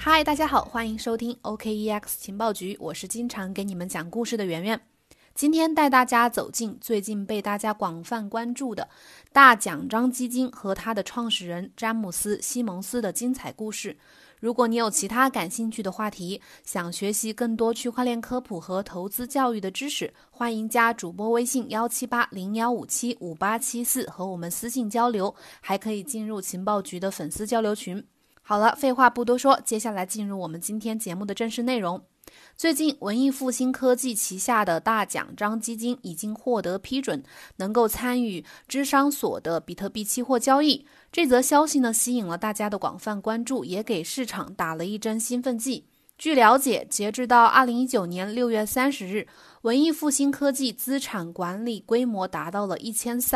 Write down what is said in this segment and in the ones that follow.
嗨，大家好，欢迎收听 OKEX 情报局，我是经常给你们讲故事的圆圆。今天带大家走进最近被大家广泛关注的大奖章基金和它的创始人詹姆斯·西蒙斯的精彩故事。如果你有其他感兴趣的话题，想学习更多区块链科普和投资教育的知识，欢迎加主播微信17801575874和我们私信交流，还可以进入情报局的粉丝交流群。好了，废话不多说，接下来进入我们今天节目的正式内容。最近，文艺复兴科技旗下的大奖章基金已经获得批准，能够参与芝商所的比特币期货交易。这则消息呢，吸引了大家的广泛关注，也给市场打了一针兴奋剂。据了解，截至到2019年6月30日，文艺复兴科技资产管理规模达到了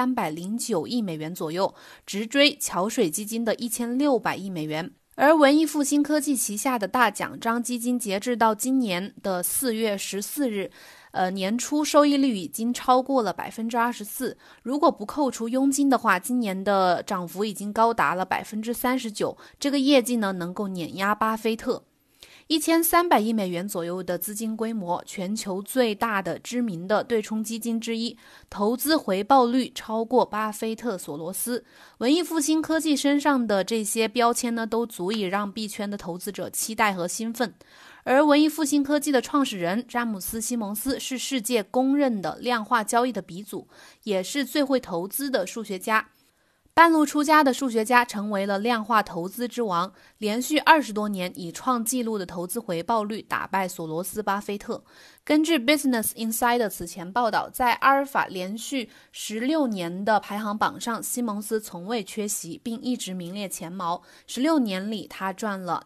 1309亿美元左右，直追桥水基金的1600亿美元。而文艺复兴科技旗下的大奖章基金截至到今年的4月14日，年初收益率已经超过了 24%， 如果不扣除佣金的话，今年的涨幅已经高达了 39%， 这个业绩呢能够碾压巴菲特。1300亿美元左右的资金规模，全球最大的知名的对冲基金之一，投资回报率超过巴菲特、索罗斯。文艺复兴科技身上的这些标签呢，都足以让币圈的投资者期待和兴奋。而文艺复兴科技的创始人詹姆斯·西蒙斯是世界公认的量化交易的鼻祖，也是最会投资的数学家。半路出家的数学家成为了量化投资之王，连续20多年以创纪录的投资回报率打败索罗斯、巴菲特。根据 Business Insider 此前报道，在阿尔法连续16年的排行榜上，西蒙斯从未缺席，并一直名列前茅。16年里，他赚了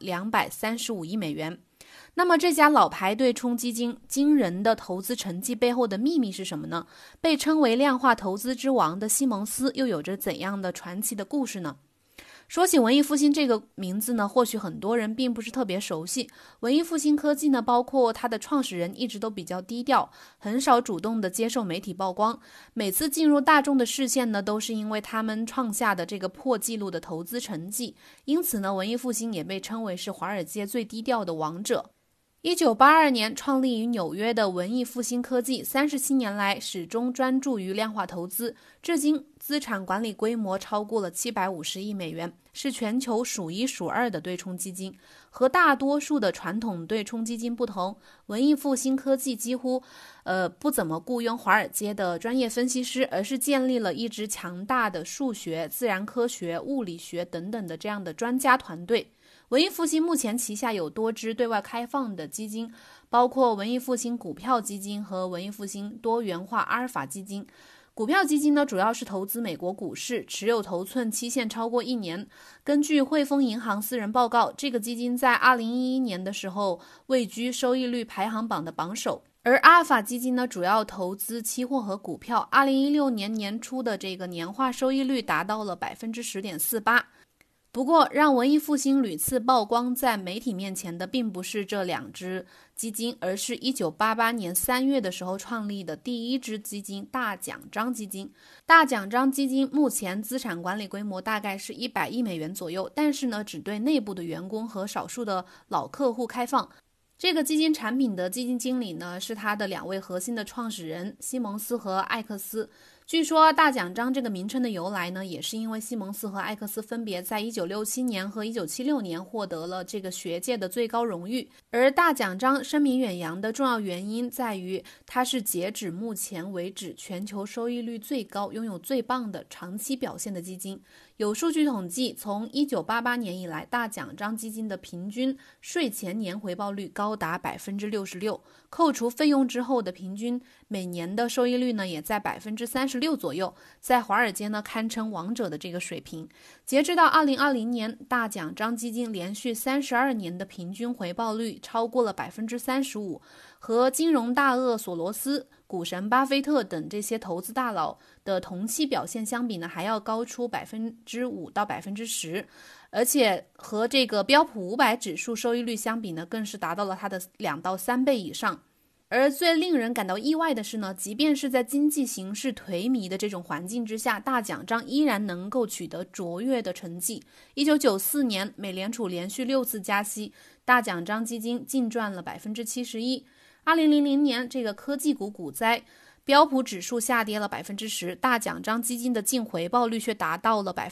235亿美元。那么这家老牌对冲基金惊人的投资成绩背后的秘密是什么呢？被称为量化投资之王的西蒙斯又有着怎样的传奇的故事呢？说起文艺复兴这个名字呢，或许很多人并不是特别熟悉。文艺复兴科技呢，包括它的创始人一直都比较低调，很少主动的接受媒体曝光。每次进入大众的视线呢，都是因为他们创下的这个破纪录的投资成绩。因此呢，文艺复兴也被称为是华尔街最低调的王者。1982年创立于纽约的文艺复兴科技，37年来始终专注于量化投资，至今资产管理规模超过了750亿美元，是全球数一数二的对冲基金。和大多数的传统对冲基金不同，文艺复兴科技几乎不怎么雇佣华尔街的专业分析师，而是建立了一支强大的数学、自然科学、物理学等等的这样的专家团队。文艺复兴目前旗下有多支对外开放的基金，包括文艺复兴股票基金和文艺复兴多元化阿尔法基金。股票基金呢，主要是投资美国股市，持有头寸期限超过1年。根据汇丰银行私人报告，这个基金在2011年的时候位居收益率排行榜的榜首。而阿尔法基金呢，主要投资期货和股票，2016年年初的这个年化收益率达到了 10.48%。不过，让文艺复兴屡次曝光在媒体面前的，并不是这2支基金，而是1988年3月的时候创立的第一支基金——大奖章基金。大奖章基金目前资产管理规模大概是100亿美元左右，但是呢，只对内部的员工和少数的老客户开放。这个基金产品的基金经理呢，是他的2位核心的创始人西蒙斯和艾克斯。据说大奖章这个名称的由来呢，也是因为西蒙斯和艾克斯分别在1967年和1976年获得了这个学界的最高荣誉。而大奖章声名远扬的重要原因在于，它是截止目前为止全球收益率最高、拥有最棒的长期表现的基金。有数据统计，从1988年以来，大奖章基金的平均税前年回报率高达 66%， 扣除费用之后的平均每年的收益率呢，也在 36% 左右，在华尔街呢堪称王者的这个水平。截至到2020年，大奖章基金连续32年的平均回报率超过了 35%， 和金融大鳄索罗斯、股神巴菲特等这些投资大佬的同期表现相比呢，还要高出 5% 到 10%， 而且和这个标普500指数收益率相比呢，更是达到了它的2到3倍以上。 而最令人感到意外的是呢，即便是在经济形势颓靡的这种环境之下，大奖章依然能够取得卓越的成绩。1994年，美联储连续6次加息，大奖章基金净赚了 71%。2000年，这个科技股股灾，标普指数下跌了 10%， 大奖章基金的净回报率却达到了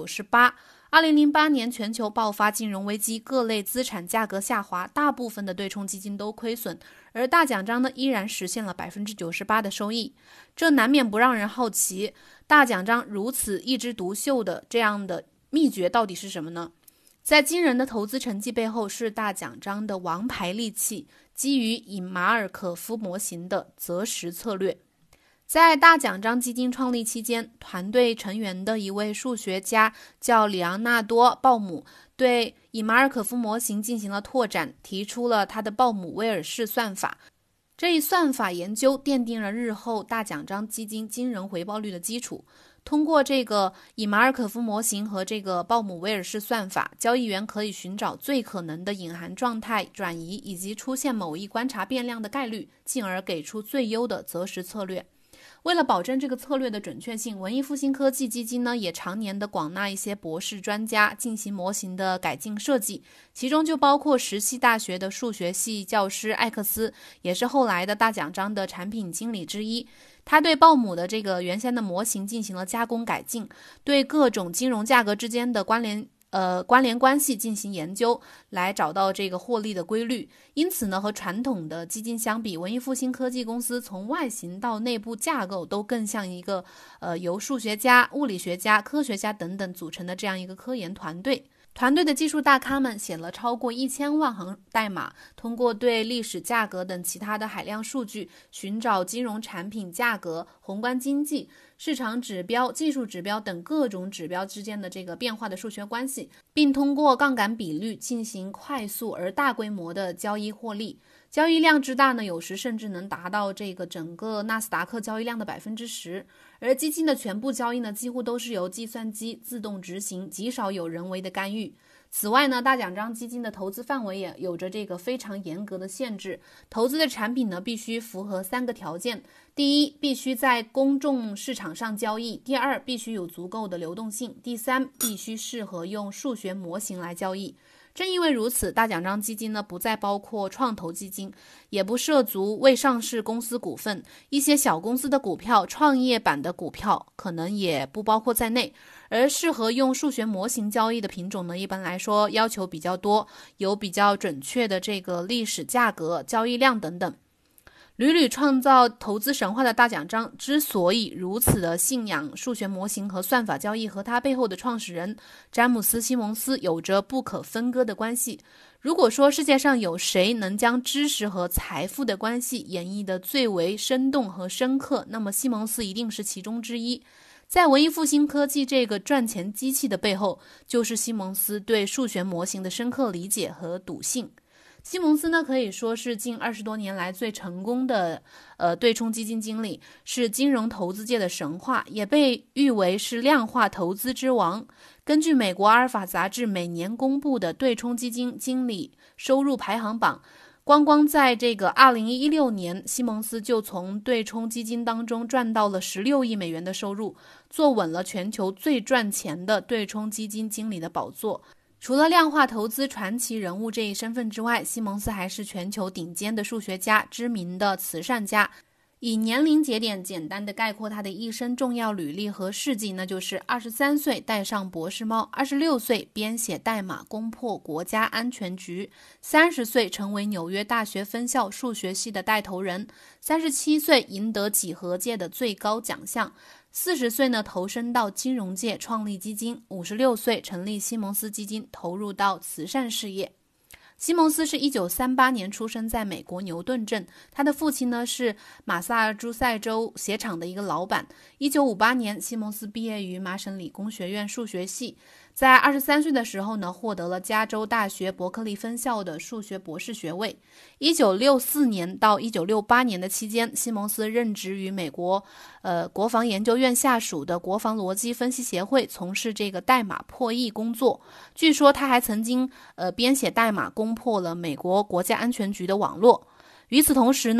98%。2008年全球爆发金融危机，各类资产价格下滑，大部分的对冲基金都亏损，而大奖章呢依然实现了 98% 的收益。这难免不让人好奇，大奖章如此一枝独秀的这样的秘诀到底是什么呢？在惊人的投资成绩背后，是大奖章的王牌利器，基于以马尔可夫模型的择时策略。在大奖章基金创立期间，团队成员的一位数学家叫里昂纳多·鲍姆，对以马尔可夫模型进行了拓展，提出了他的鲍姆威尔士算法。这一算法研究奠定了日后大奖章基金惊人回报率的基础。通过这个以马尔可夫模型和这个鲍姆威尔士算法，交易员可以寻找最可能的隐含状态转移以及出现某一观察变量的概率，进而给出最优的择时策略。为了保证这个策略的准确性，文艺复兴科技基金呢也常年的广纳一些博士专家进行模型的改进设计，其中就包括石溪大学的数学系教师艾克斯，也是后来的大奖章的产品经理之一。他对鲍姆的这个原先的模型进行了加工改进，对各种金融价格之间的关联关系进行研究，来找到这个获利的规律。因此呢，和传统的基金相比，文艺复兴科技公司从外形到内部架构都更像一个由数学家、物理学家、科学家等等组成的这样一个科研团队。团队的技术大咖们写了超过1000万行代码，通过对历史价格等其他的海量数据，寻找金融产品价格、宏观经济、市场指标、技术指标等各种指标之间的这个变化的数学关系，并通过杠杆比率进行快速而大规模的交易获利。交易量之大呢，有时甚至能达到这个整个纳斯达克交易量的 10%， 而基金的全部交易呢，几乎都是由计算机自动执行，极少有人为的干预。此外呢，大奖章基金的投资范围也有着这个非常严格的限制，投资的产品呢必须符合3个条件：第一，必须在公众市场上交易；第二，必须有足够的流动性；第三，必须适合用数学模型来交易。正因为如此，大奖章基金呢不再包括创投基金，也不涉足未上市公司股份，一些小公司的股票、创业板的股票可能也不包括在内。而适合用数学模型交易的品种呢，一般来说要求比较多，有比较准确的这个历史价格、交易量等等。屡屡创造投资神话的大奖章之所以如此的信仰数学模型和算法交易，和他背后的创始人詹姆斯·西蒙斯有着不可分割的关系。如果说世界上有谁能将知识和财富的关系演绎得最为生动和深刻，那么西蒙斯一定是其中之一。在文艺复兴科技这个赚钱机器的背后，就是西蒙斯对数学模型的深刻理解和笃信。西蒙斯呢，可以说是近20多年来最成功的对冲基金经理，是金融投资界的神话，也被誉为是量化投资之王。根据美国阿尔法杂志每年公布的对冲基金经理收入排行榜，光在这个2016年，西蒙斯就从对冲基金当中赚到了16亿美元的收入，坐稳了全球最赚钱的对冲基金经理的宝座。除了量化投资传奇人物这一身份之外，西蒙斯还是全球顶尖的数学家、知名的慈善家。以年龄节点简单的概括他的一生重要履历和事迹，那就是23岁戴上博士帽，26岁编写代码攻破国家安全局，30岁成为纽约大学分校数学系的带头人，37岁赢得几何界的最高奖项，40岁呢投身到金融界创立基金，56岁成立西蒙斯基金，投入到慈善事业。西蒙斯是1938年出生在美国牛顿镇，他的父亲呢是马萨诸塞州鞋厂的一个老板。1958年，西蒙斯毕业于麻省理工学院数学系，在23岁的时候呢，获得了加州大学伯克利分校的数学博士学位。1964年到1968年的期间，西蒙斯任职于美国国防研究院下属的国防逻辑分析协会，从事这个代码破译工作。据说他还曾经编写代码攻破了美国国家安全局的网络。与此同时呢，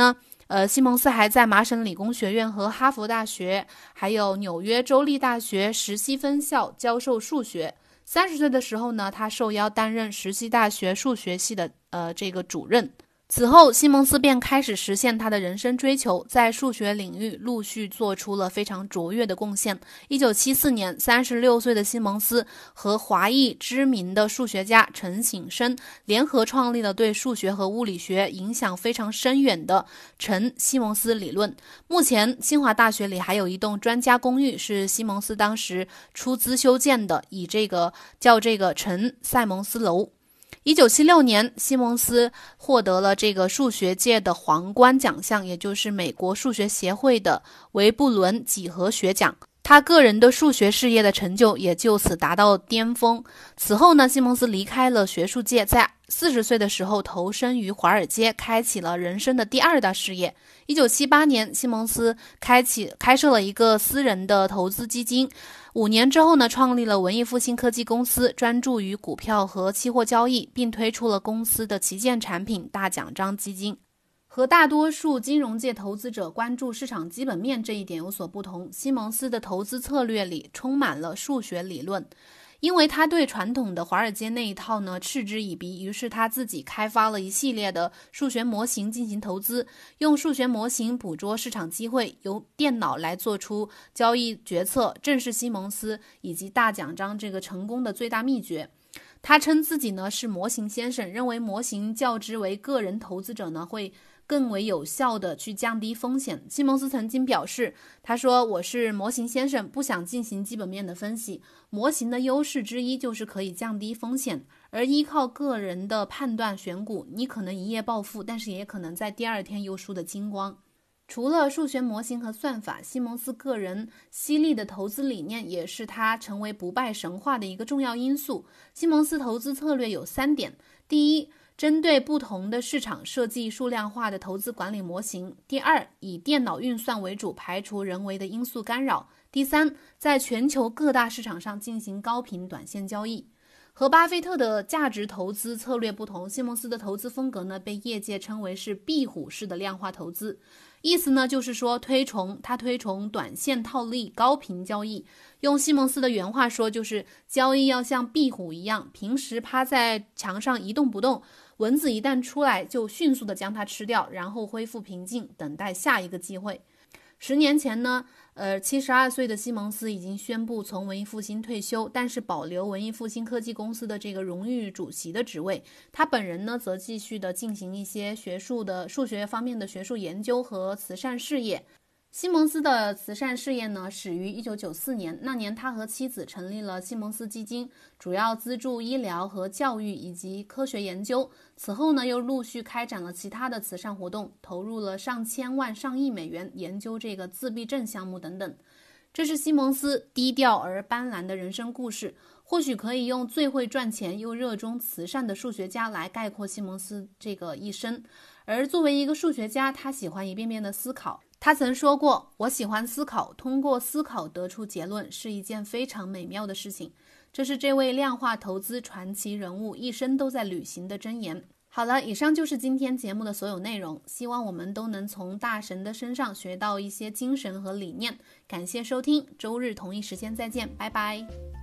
西蒙斯还在麻省理工学院和哈佛大学，还有纽约州立大学石溪分校教授数学。30岁的时候呢，他受邀担任石溪大学数学系的这个主任。此后，西蒙斯便开始实现他的人生追求，在数学领域陆续做出了非常卓越的贡献。1974年，36岁的西蒙斯和华裔知名的数学家陈省身联合创立了对数学和物理学影响非常深远的陈西蒙斯理论。目前，清华大学里还有一栋专家公寓是西蒙斯当时出资修建的，以叫陈塞蒙斯楼。1976年，西蒙斯获得了这个数学界的皇冠奖项，也就是美国数学协会的维布伦几何学奖。他个人的数学事业的成就也就此达到巅峰。此后呢，西蒙斯离开了学术界，在40岁的时候投身于华尔街，开启了人生的第2大事业。1978年，西蒙斯开设了一个私人的投资基金。5年之后呢，创立了文艺复兴科技公司，专注于股票和期货交易，并推出了公司的旗舰产品大奖章基金。和大多数金融界投资者关注市场基本面这一点有所不同，西蒙斯的投资策略里充满了数学理论。因为他对传统的华尔街那一套呢嗤之以鼻，于是他自己开发了一系列的数学模型进行投资，用数学模型捕捉市场机会，由电脑来做出交易决策，正是西蒙斯以及大奖章这个成功的最大秘诀。他称自己呢是模型先生，认为模型较之为个人投资者呢会更为有效的去降低风险。西蒙斯曾经表示，他说，我是模型先生，不想进行基本面的分析。模型的优势之一就是可以降低风险，而依靠个人的判断选股，你可能一夜暴富，但是也可能在第2天又输得精光。除了数学模型和算法，西蒙斯个人犀利的投资理念也是他成为不败神话的一个重要因素。西蒙斯投资策略有3点：第一，针对不同的市场设计数量化的投资管理模型；第2，以电脑运算为主，排除人为的因素干扰；第3，在全球各大市场上进行高频短线交易。和巴菲特的价值投资策略不同，西蒙斯的投资风格呢，被业界称为是壁虎式的量化投资。意思呢，就是说他推崇短线套利、高频交易。用西蒙斯的原话说，就是交易要像壁虎一样，平时趴在墙上一动不动，蚊子一旦出来就迅速的将它吃掉，然后恢复平静，等待下一个机会。10年前呢，72岁的西蒙斯已经宣布从文艺复兴退休，但是保留文艺复兴科技公司的这个荣誉主席的职位。他本人呢，则继续的进行一些数学方面的学术研究和慈善事业。西蒙斯的慈善事业呢，始于1994年，那年他和妻子成立了西蒙斯基金，主要资助医疗和教育以及科学研究。此后呢，又陆续开展了其他的慈善活动，投入了上千万上亿美元研究这个自闭症项目等等。这是西蒙斯低调而斑斓的人生故事，或许可以用最会赚钱又热衷慈善的数学家来概括西蒙斯这个一生。而作为一个数学家，他喜欢一遍遍的思考。他曾说过，我喜欢思考，通过思考得出结论是一件非常美妙的事情。这是这位量化投资传奇人物一生都在履行的箴言。好了，以上就是今天节目的所有内容，希望我们都能从大神的身上学到一些精神和理念。感谢收听，周日同一时间再见，拜拜。